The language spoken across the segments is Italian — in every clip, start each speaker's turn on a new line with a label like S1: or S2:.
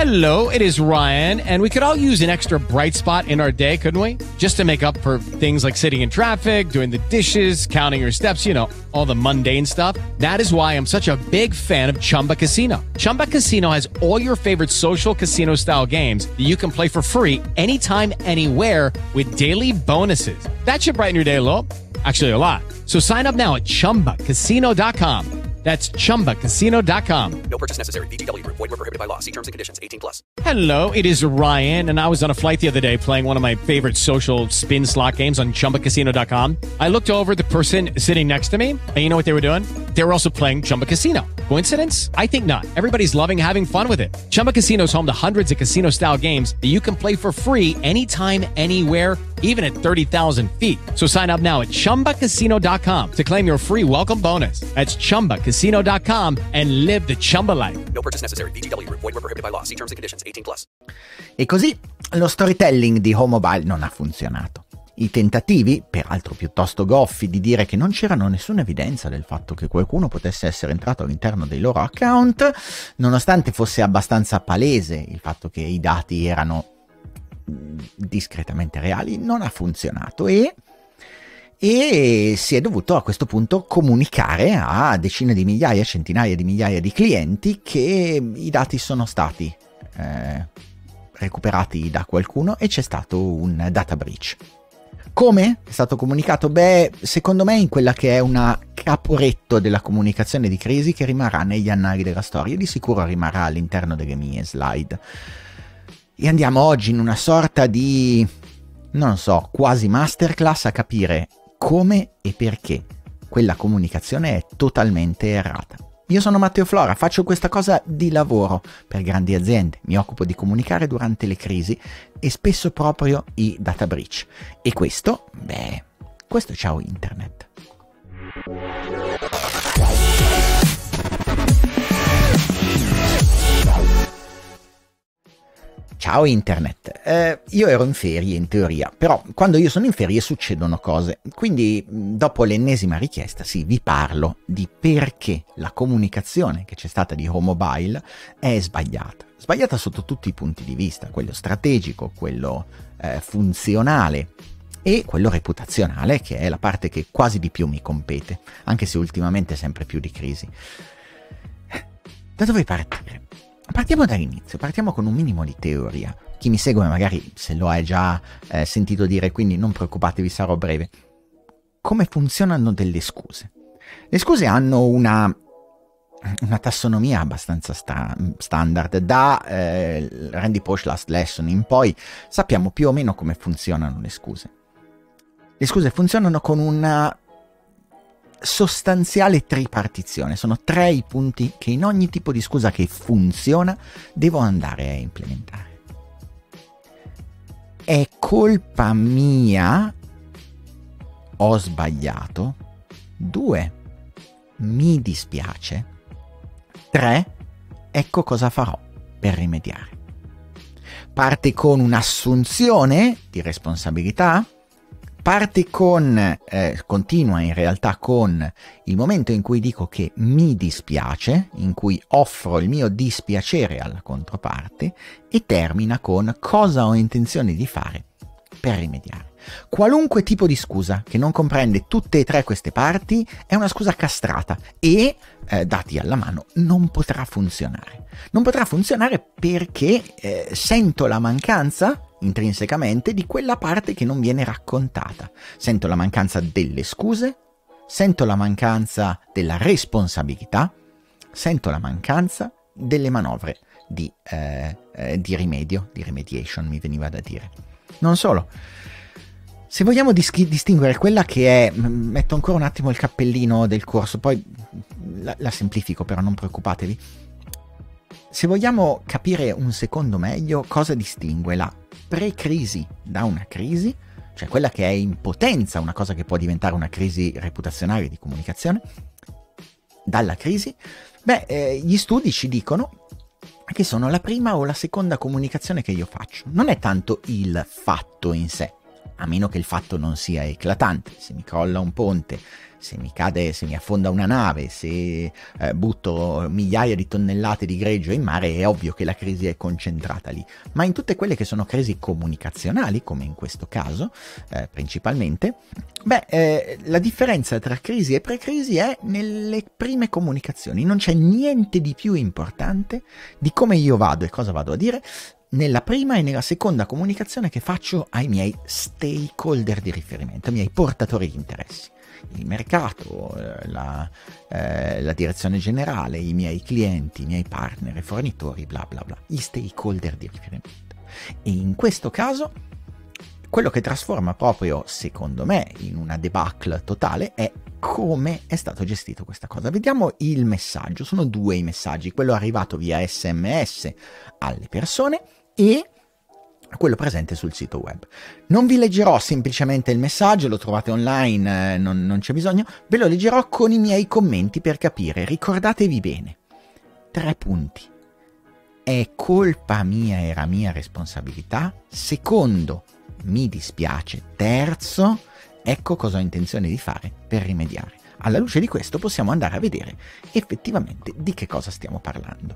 S1: Hello, it is Ryan, and we could all use an extra bright spot in our day, couldn't we? Just to make up for things like sitting in traffic, doing the dishes, counting your steps, you know, all the mundane stuff. That is why I'm such a big fan of Chumba Casino. Chumba Casino has all your favorite social casino-style games that you can play for free anytime, anywhere with daily bonuses. That should brighten your day a little. Actually, a lot. So sign up now at ChumbaCasino.com. That's ChumbaCasino.com.
S2: No purchase necessary. VGW Group. Void where prohibited by law. See terms and conditions. 18+.
S1: Hello, it is Ryan, and I was on a flight the other day playing one of my favorite social spin slot games on ChumbaCasino.com. I looked over at the person sitting next to me, and you know what they were doing? They were also playing Chumba Casino. Coincidence? I think not. Everybody's loving having fun with it. Chumba Casino is home to hundreds of casino-style games that you can play for free anytime, anywhere, even at 30,000 feet. So sign up now at ChumbaCasino.com to claim your free welcome bonus. That's ChumbaCasino.com and live the Chumba life.
S2: No purchase necessary. VGW Group. Void where prohibited by law. See terms and conditions. 18+.
S3: E così lo storytelling di Home Mobile non ha funzionato. I tentativi, peraltro piuttosto goffi, di dire che non c'era nessuna evidenza del fatto che qualcuno potesse essere entrato all'interno dei loro account, nonostante fosse abbastanza palese il fatto che i dati erano discretamente reali, non ha funzionato e si è dovuto a questo punto comunicare a decine di migliaia, centinaia di migliaia di clienti che i dati sono stati recuperati da qualcuno e c'è stato un data breach. Come è stato comunicato? Beh, secondo me in quella che è una caporetto della comunicazione di crisi che rimarrà negli annali della storia e di sicuro rimarrà all'interno delle mie slide. E andiamo oggi in una sorta di, non so, quasi masterclass a capire come e perché quella comunicazione è totalmente errata. Io sono Matteo Flora, faccio questa cosa di lavoro per grandi aziende, mi occupo di comunicare durante le crisi e spesso proprio i data breach. E questo è Ciao Internet. Ciao Internet, io ero in ferie in teoria, però quando io sono in ferie succedono cose, quindi dopo l'ennesima richiesta vi parlo di perché la comunicazione che c'è stata di Home Mobile è sbagliata sotto tutti i punti di vista, quello strategico, quello funzionale e quello reputazionale, che è la parte che quasi di più mi compete, anche se ultimamente sempre più di crisi. Da dove partire? Partiamo dall'inizio, partiamo con un minimo di teoria. Chi mi segue magari se lo ha già sentito dire, quindi non preoccupatevi, sarò breve. Come funzionano delle scuse? Le scuse hanno una tassonomia abbastanza standard. Da Randy Pausch Last Lesson in poi sappiamo più o meno come funzionano le scuse. Le scuse funzionano con una sostanziale tripartizione. Sono 3 i punti che in ogni tipo di scusa che funziona devo andare a implementare. È colpa mia? Ho sbagliato? 2. Mi dispiace? 3. Ecco cosa farò per rimediare. Parte con un'assunzione di responsabilità. Parte continua in realtà con il momento in cui dico che mi dispiace, in cui offro il mio dispiacere alla controparte e termina con cosa ho intenzione di fare per rimediare. Qualunque tipo di scusa che non comprende tutte e 3 queste parti è una scusa castrata e, dati alla mano, non potrà funzionare. Non potrà funzionare perché sento la mancanza intrinsecamente di quella parte che non viene raccontata. Sento la mancanza delle scuse, sento la mancanza della responsabilità, sento la mancanza delle manovre di rimedio, di remediation mi veniva da dire. Non solo. Se vogliamo distinguere quella che è, metto ancora un attimo il cappellino del corso, poi la semplifico, però non preoccupatevi. Se vogliamo capire un secondo meglio cosa distingue la pre-crisi da una crisi, cioè quella che è in potenza una cosa che può diventare una crisi reputazionale di comunicazione, dalla crisi, gli studi ci dicono che sono la prima o la seconda comunicazione che io faccio. Non è tanto il fatto in sé, a meno che il fatto non sia eclatante. Se mi crolla un ponte, se mi affonda una nave, se butto migliaia di tonnellate di greggio in mare, è ovvio che la crisi è concentrata lì. Ma in tutte quelle che sono crisi comunicazionali, come in questo caso, principalmente, la differenza tra crisi e pre-crisi è nelle prime comunicazioni. Non c'è niente di più importante di come io vado e cosa vado a dire nella prima e nella seconda comunicazione che faccio ai miei stakeholder di riferimento, ai miei portatori di interessi. Il mercato, la direzione generale, i miei clienti, i miei partner, i fornitori, bla bla bla, gli stakeholder di riferimento. E in questo caso, quello che trasforma proprio, secondo me, in una debacle totale è come è stato gestito questa cosa. Vediamo il messaggio, sono 2 i messaggi, quello arrivato via SMS alle persone e quello presente sul sito web. Non vi leggerò semplicemente il messaggio, lo trovate online, non c'è bisogno, ve lo leggerò con i miei commenti per capire. Ricordatevi bene, 3 punti. È colpa mia, era mia responsabilità. Secondo, mi dispiace. Terzo, ecco cosa ho intenzione di fare per rimediare. Alla luce di questo possiamo andare a vedere effettivamente di che cosa stiamo parlando.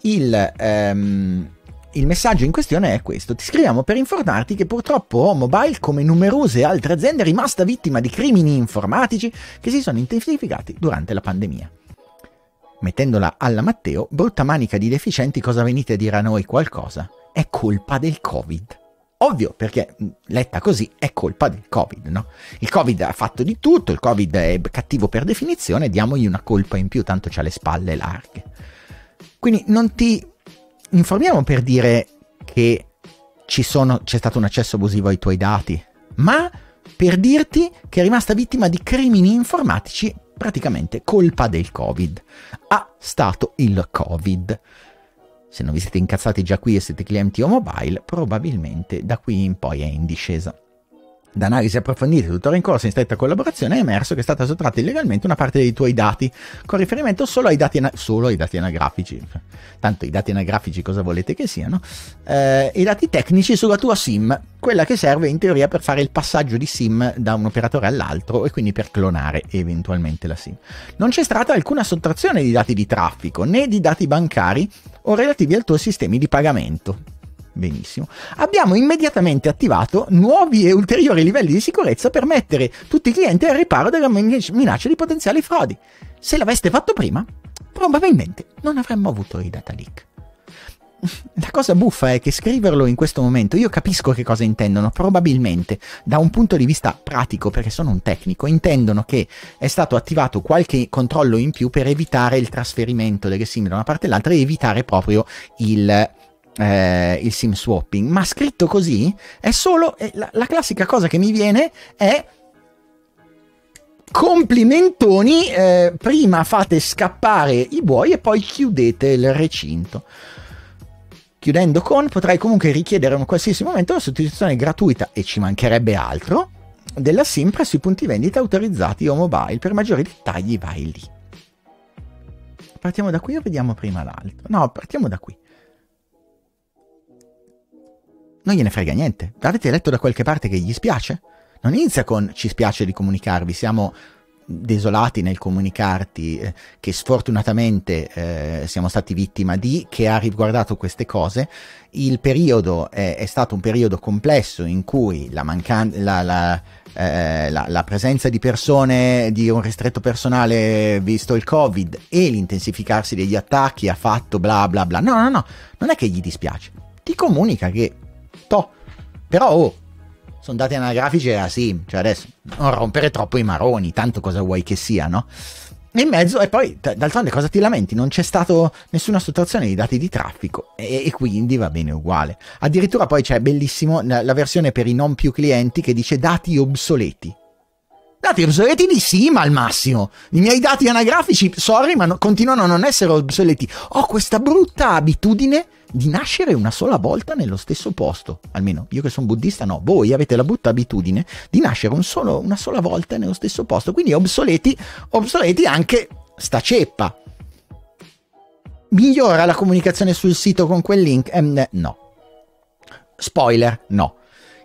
S3: Il messaggio in questione è questo: ti scriviamo per informarti che purtroppo Mobile, come numerose altre aziende, è rimasta vittima di crimini informatici che si sono intensificati durante la pandemia. Mettendola alla Matteo, brutta manica di deficienti, cosa venite a dire a noi qualcosa? È colpa del Covid. Ovvio, perché letta così è colpa del Covid, no? Il Covid ha fatto di tutto, il Covid è cattivo per definizione, diamogli una colpa in più, tanto c'ha le spalle larghe. Quindi non ti informiamo per dire che c'è stato un accesso abusivo ai tuoi dati, ma per dirti che è rimasta vittima di crimini informatici, praticamente colpa del Covid. Ha stato il Covid. Se non vi siete incazzati già qui e siete clienti o mobile, probabilmente da qui in poi è in discesa. Da analisi approfondite e tuttora in corso in stretta collaborazione è emerso che è stata sottratta illegalmente una parte dei tuoi dati, con riferimento solo ai dati anagrafici. Tanto i dati anagrafici cosa volete che siano? I dati tecnici sulla tua SIM, quella che serve in teoria per fare il passaggio di SIM da un operatore all'altro e quindi per clonare eventualmente la SIM. Non c'è stata alcuna sottrazione di dati di traffico, né di dati bancari o relativi al tuo sistema di pagamento. Benissimo. Abbiamo immediatamente attivato nuovi e ulteriori livelli di sicurezza per mettere tutti i clienti al riparo dalla minaccia di potenziali frodi. Se l'aveste fatto prima, probabilmente non avremmo avuto i data leak. La cosa buffa è che scriverlo in questo momento, io capisco che cosa intendono, probabilmente da un punto di vista pratico, perché sono un tecnico, intendono che è stato attivato qualche controllo in più per evitare il trasferimento delle SIM da una parte all'altra e evitare proprio il SIM swapping, ma scritto così è solo la classica cosa che mi viene è complimentoni, prima fate scappare i buoi e poi chiudete il recinto. Chiudendo con, potrai comunque richiedere in un qualsiasi momento la sostituzione gratuita, e ci mancherebbe altro, della SIM presso i punti vendita autorizzati o mobile. Per maggiori dettagli vai lì. Partiamo da qui o vediamo prima l'altro? No, partiamo da qui. Non gliene frega niente. Avete letto da qualche parte che gli spiace? Non inizia con ci spiace di comunicarvi, siamo desolati nel comunicarti che sfortunatamente siamo stati vittima di, che ha riguardato queste cose. Il periodo è stato un periodo complesso in cui la presenza di persone, di un ristretto personale visto il Covid e l'intensificarsi degli attacchi ha fatto bla bla bla. No, non è che gli dispiace, ti comunica che però sono dati anagrafici e la SIM, cioè adesso non rompere troppo i maroni, tanto cosa vuoi che sia, no? In mezzo, e poi d'altronde cosa ti lamenti? Non c'è stato nessuna sottrazione di dati di traffico e quindi va bene uguale. Addirittura poi c'è bellissimo la versione per i non più clienti che dice dati obsoleti. Dati obsoleti di SIM al massimo. I miei dati anagrafici, sorry, ma continuano a non essere obsoleti. Ho questa brutta abitudine di nascere una sola volta nello stesso posto. Almeno io che sono buddista no, voi avete la brutta abitudine di nascere una sola volta nello stesso posto. Quindi obsoleti anche sta ceppa. Migliora la comunicazione sul sito con quel link? No. Spoiler, no.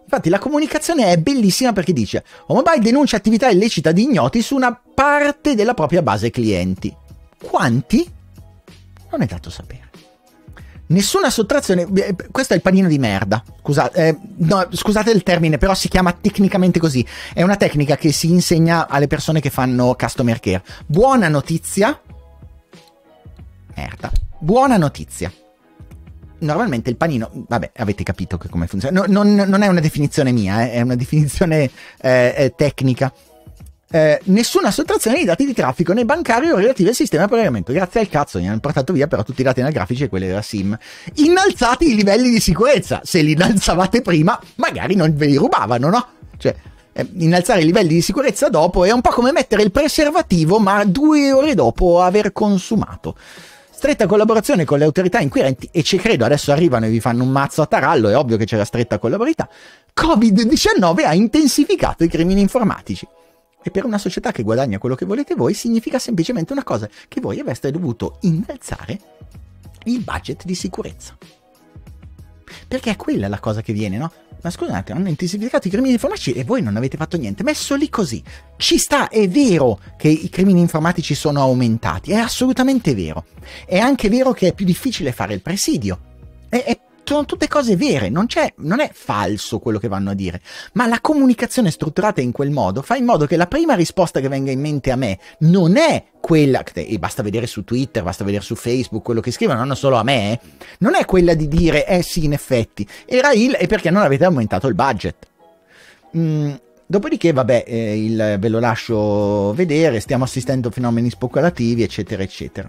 S3: Infatti la comunicazione è bellissima perché dice: Omobile denuncia attività illecita di ignoti su una parte della propria base clienti. Quanti? Non è dato sapere. Nessuna sottrazione. Questo è il panino di merda. Scusate il termine, però si chiama tecnicamente così. È una tecnica che si insegna alle persone che fanno customer care. Buona notizia. Merda. Buona notizia. Normalmente il panino, vabbè, avete capito che come funziona. Non è una definizione mia, è una definizione tecnica. Nessuna sottrazione dei dati di traffico né bancari o relativi al sistema di pagamento. Grazie al cazzo, gli hanno portato via però tutti i dati anagrafici e quelli della SIM. Innalzati i livelli di sicurezza. Se li innalzavate prima, magari non ve li rubavano, no? Cioè, innalzare i livelli di sicurezza dopo è un po' come mettere il preservativo, ma 2 ore dopo aver consumato. Stretta collaborazione con le autorità inquirenti, e ci credo, adesso arrivano e vi fanno un mazzo a tarallo, è ovvio che c'era stretta collaboratività. Covid-19 ha intensificato i crimini informatici. E per una società che guadagna quello che volete voi, significa semplicemente una cosa: che voi avreste dovuto innalzare il budget di sicurezza. Perché è quella la cosa che viene, no? Ma scusate, hanno intensificato i crimini informatici e voi non avete fatto niente. Messo lì così. Ci sta, è vero che i crimini informatici sono aumentati, è assolutamente vero. È anche vero che è più difficile fare il presidio. Sono tutte cose vere, non è falso quello che vanno a dire, ma la comunicazione strutturata in quel modo fa in modo che la prima risposta che venga in mente a me non è quella, e basta vedere su Twitter, basta vedere su Facebook quello che scrivono, non solo a me, non è quella di dire sì, in effetti, era e perché non avete aumentato il budget. Dopodiché, vabbè, ve lo lascio vedere, stiamo assistendo a fenomeni speculativi, eccetera, eccetera.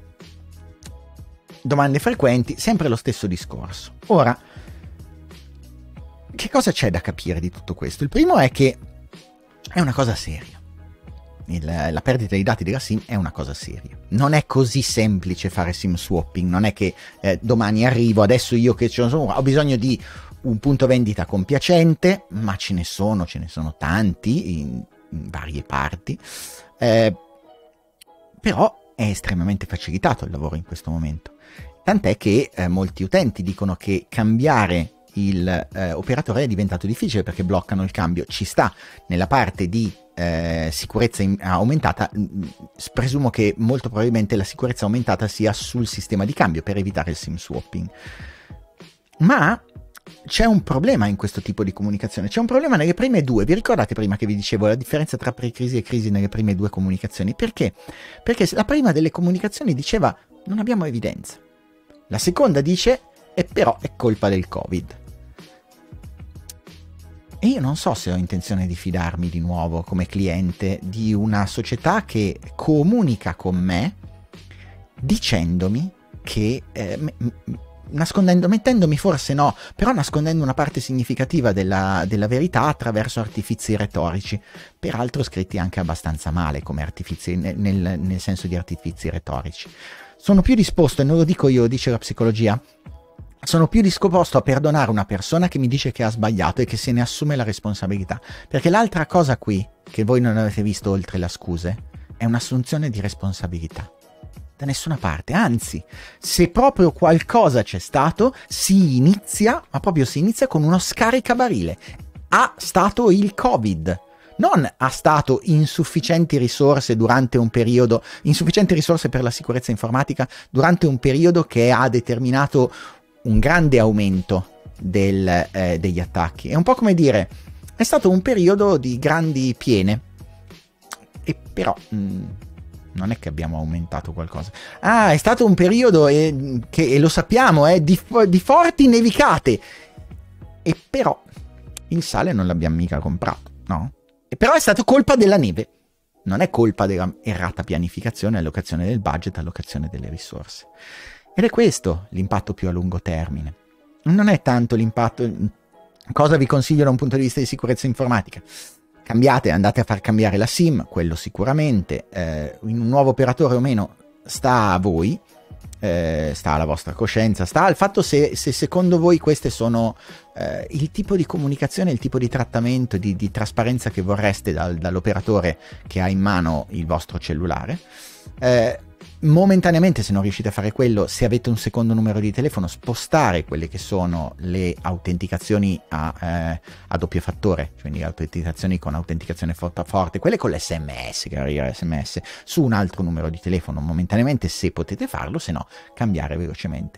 S3: Domande frequenti, sempre lo stesso discorso. Ora, che cosa c'è da capire di tutto questo? Il primo è che è una cosa seria. La perdita dei dati della SIM è una cosa seria. Non è così semplice fare SIM swapping, non è che domani arrivo, adesso io che ho bisogno di un punto vendita compiacente, ma ce ne sono tanti in varie parti, però è estremamente facilitato il lavoro in questo momento. Tant'è che molti utenti dicono che cambiare il operatore è diventato difficile perché bloccano il cambio. Ci sta nella parte di sicurezza aumentata. Presumo che molto probabilmente la sicurezza aumentata sia sul sistema di cambio per evitare il SIM swapping. Ma c'è un problema in questo tipo di comunicazione, c'è un problema nelle prime due. Vi ricordate prima che vi dicevo la differenza tra pre-crisi e crisi nelle prime due comunicazioni? Perché? Perché la prima delle comunicazioni diceva non abbiamo evidenza, la seconda dice e però è colpa del Covid. E io non so se ho intenzione di fidarmi di nuovo come cliente di una società che comunica con me dicendomi che mettendomi forse no, però nascondendo una parte significativa della verità attraverso artifizi retorici, peraltro scritti anche abbastanza male come artifizi, nel senso di artifizi retorici. Sono più disposto, e non lo dico io, lo dice la psicologia, sono più disposto a perdonare una persona che mi dice che ha sbagliato e che se ne assume la responsabilità, perché l'altra cosa qui, che voi non avete visto oltre le scuse, è un'assunzione di responsabilità. Da nessuna parte, anzi, se proprio qualcosa c'è stato, si inizia con uno scaricabarile. Ha stato il Covid, non ha stato insufficienti risorse durante un periodo, insufficienti risorse per la sicurezza informatica durante un periodo che ha determinato un grande aumento degli attacchi. È un po' come dire, è stato un periodo di grandi piene, e però non è che abbiamo aumentato qualcosa. È stato un periodo che lo sappiamo, di forti nevicate, e però il sale non l'abbiamo mica comprato, no? E però è stato colpa della neve, non è colpa della errata pianificazione, allocazione del budget, allocazione delle risorse. Ed è questo l'impatto più a lungo termine. Non è tanto l'impatto. Cosa vi consiglio da un punto di vista di sicurezza informatica? Cambiate, andate a far cambiare la SIM, quello sicuramente. In un nuovo operatore o meno sta a voi, sta alla vostra coscienza, sta al fatto se secondo voi queste sono il tipo di comunicazione, il tipo di trattamento, di trasparenza che vorreste dall'operatore che ha in mano il vostro cellulare. momentaneamente, se non riuscite a fare quello, se avete un secondo numero di telefono, spostare quelle che sono le autenticazioni a doppio fattore, quindi autenticazioni con autenticazione forte, quelle con l'SMS, che arriva l'SMS, su un altro numero di telefono momentaneamente, se potete farlo, se no cambiare velocemente.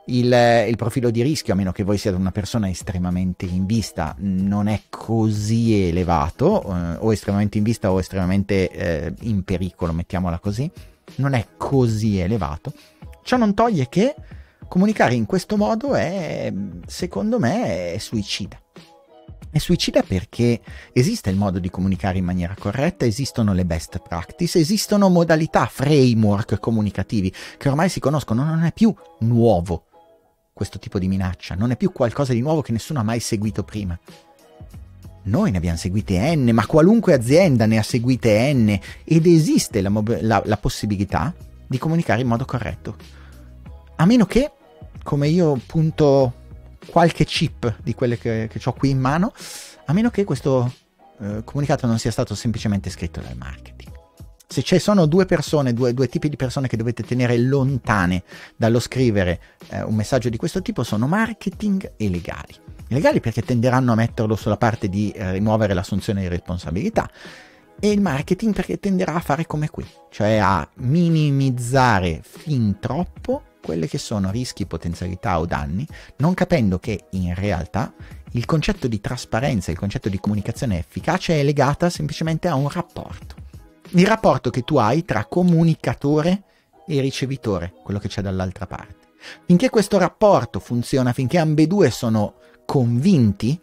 S3: Il profilo di rischio, a meno che voi siate una persona estremamente in vista, non è così elevato, o estremamente in vista o estremamente in pericolo, mettiamola così, non è così elevato. Ciò non toglie che comunicare in questo modo è, secondo me, è suicida. È suicida perché esiste il modo di comunicare in maniera corretta, esistono le best practice, esistono modalità, framework comunicativi che ormai si conoscono, non è più nuovo questo tipo di minaccia, non è più qualcosa di nuovo che nessuno ha mai seguito prima. Noi ne abbiamo seguite N, ma qualunque azienda ne ha seguite N, ed esiste la possibilità di comunicare in modo corretto. A meno che, come io punto qualche chip di quelle che ho qui in mano, a meno che questo comunicato non sia stato semplicemente scritto dal marketing. Se ci sono due persone, due tipi di persone che dovete tenere lontane dallo scrivere un messaggio di questo tipo, sono marketing e legali. Legali perché tenderanno a metterlo sulla parte di rimuovere l'assunzione di responsabilità, e il marketing perché tenderà a fare come qui, cioè a minimizzare fin troppo quelle che sono rischi, potenzialità o danni, non capendo che in realtà il concetto di trasparenza, il concetto di comunicazione efficace è legata semplicemente a un rapporto. Il rapporto che tu hai tra comunicatore e ricevitore, quello che c'è dall'altra parte. Finché questo rapporto funziona, finché ambedue sono convinti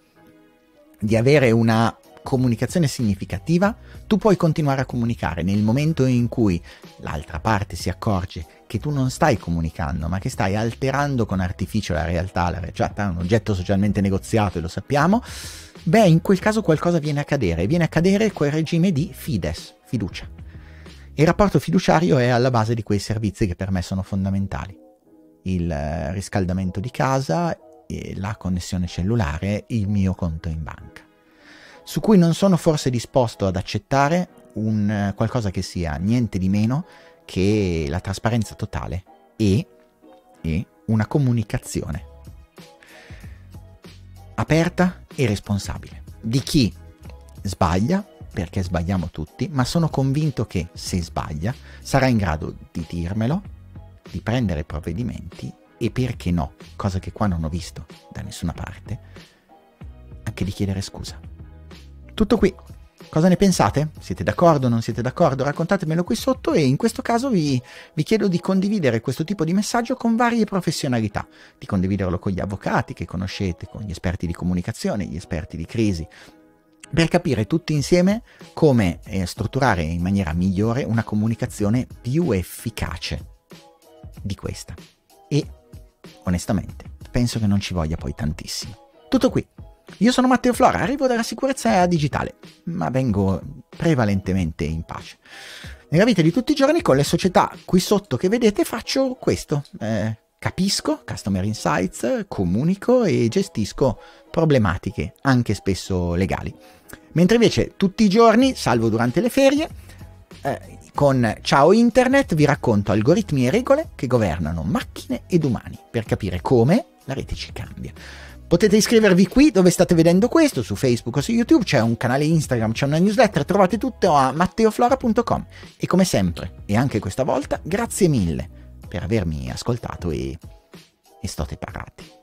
S3: di avere una comunicazione significativa, tu puoi continuare a comunicare. Nel momento in cui l'altra parte si accorge che tu non stai comunicando, ma che stai alterando con artificio la realtà è un oggetto socialmente negoziato e lo sappiamo, beh, in quel caso qualcosa viene a cadere quel regime di fides, fiducia. Il rapporto fiduciario è alla base di quei servizi che per me sono fondamentali: il riscaldamento di casa, la connessione cellulare, il mio conto in banca, su cui non sono forse disposto ad accettare qualcosa che sia niente di meno che la trasparenza totale e una comunicazione aperta e responsabile di chi sbaglia, perché sbagliamo tutti, ma sono convinto che se sbaglia sarà in grado di dirmelo, di prendere provvedimenti e, perché no, cosa che qua non ho visto da nessuna parte, anche di chiedere scusa. Tutto qui. Cosa ne pensate? Siete d'accordo? Non siete d'accordo? Raccontatemelo qui sotto, e in questo caso vi chiedo di condividere questo tipo di messaggio con varie professionalità, di condividerlo con gli avvocati che conoscete, con gli esperti di comunicazione, gli esperti di crisi, per capire tutti insieme come strutturare in maniera migliore una comunicazione più efficace di questa. E onestamente penso che non ci voglia poi tantissimo. Tutto qui. Io sono Matteo Flora, arrivo dalla sicurezza digitale, ma vengo prevalentemente in pace. Nella vita di tutti i giorni, con le società qui sotto che vedete, faccio questo. Capisco Customer Insights, comunico e gestisco problematiche, anche spesso legali. Mentre invece tutti i giorni, salvo durante le ferie, con Ciao Internet vi racconto algoritmi e regole che governano macchine ed umani, per capire come la rete ci cambia. Potete iscrivervi qui dove state vedendo questo, su Facebook o su YouTube, c'è un canale Instagram, c'è una newsletter, trovate tutto a matteoflora.com. E come sempre, e anche questa volta, grazie mille per avermi ascoltato e state parati.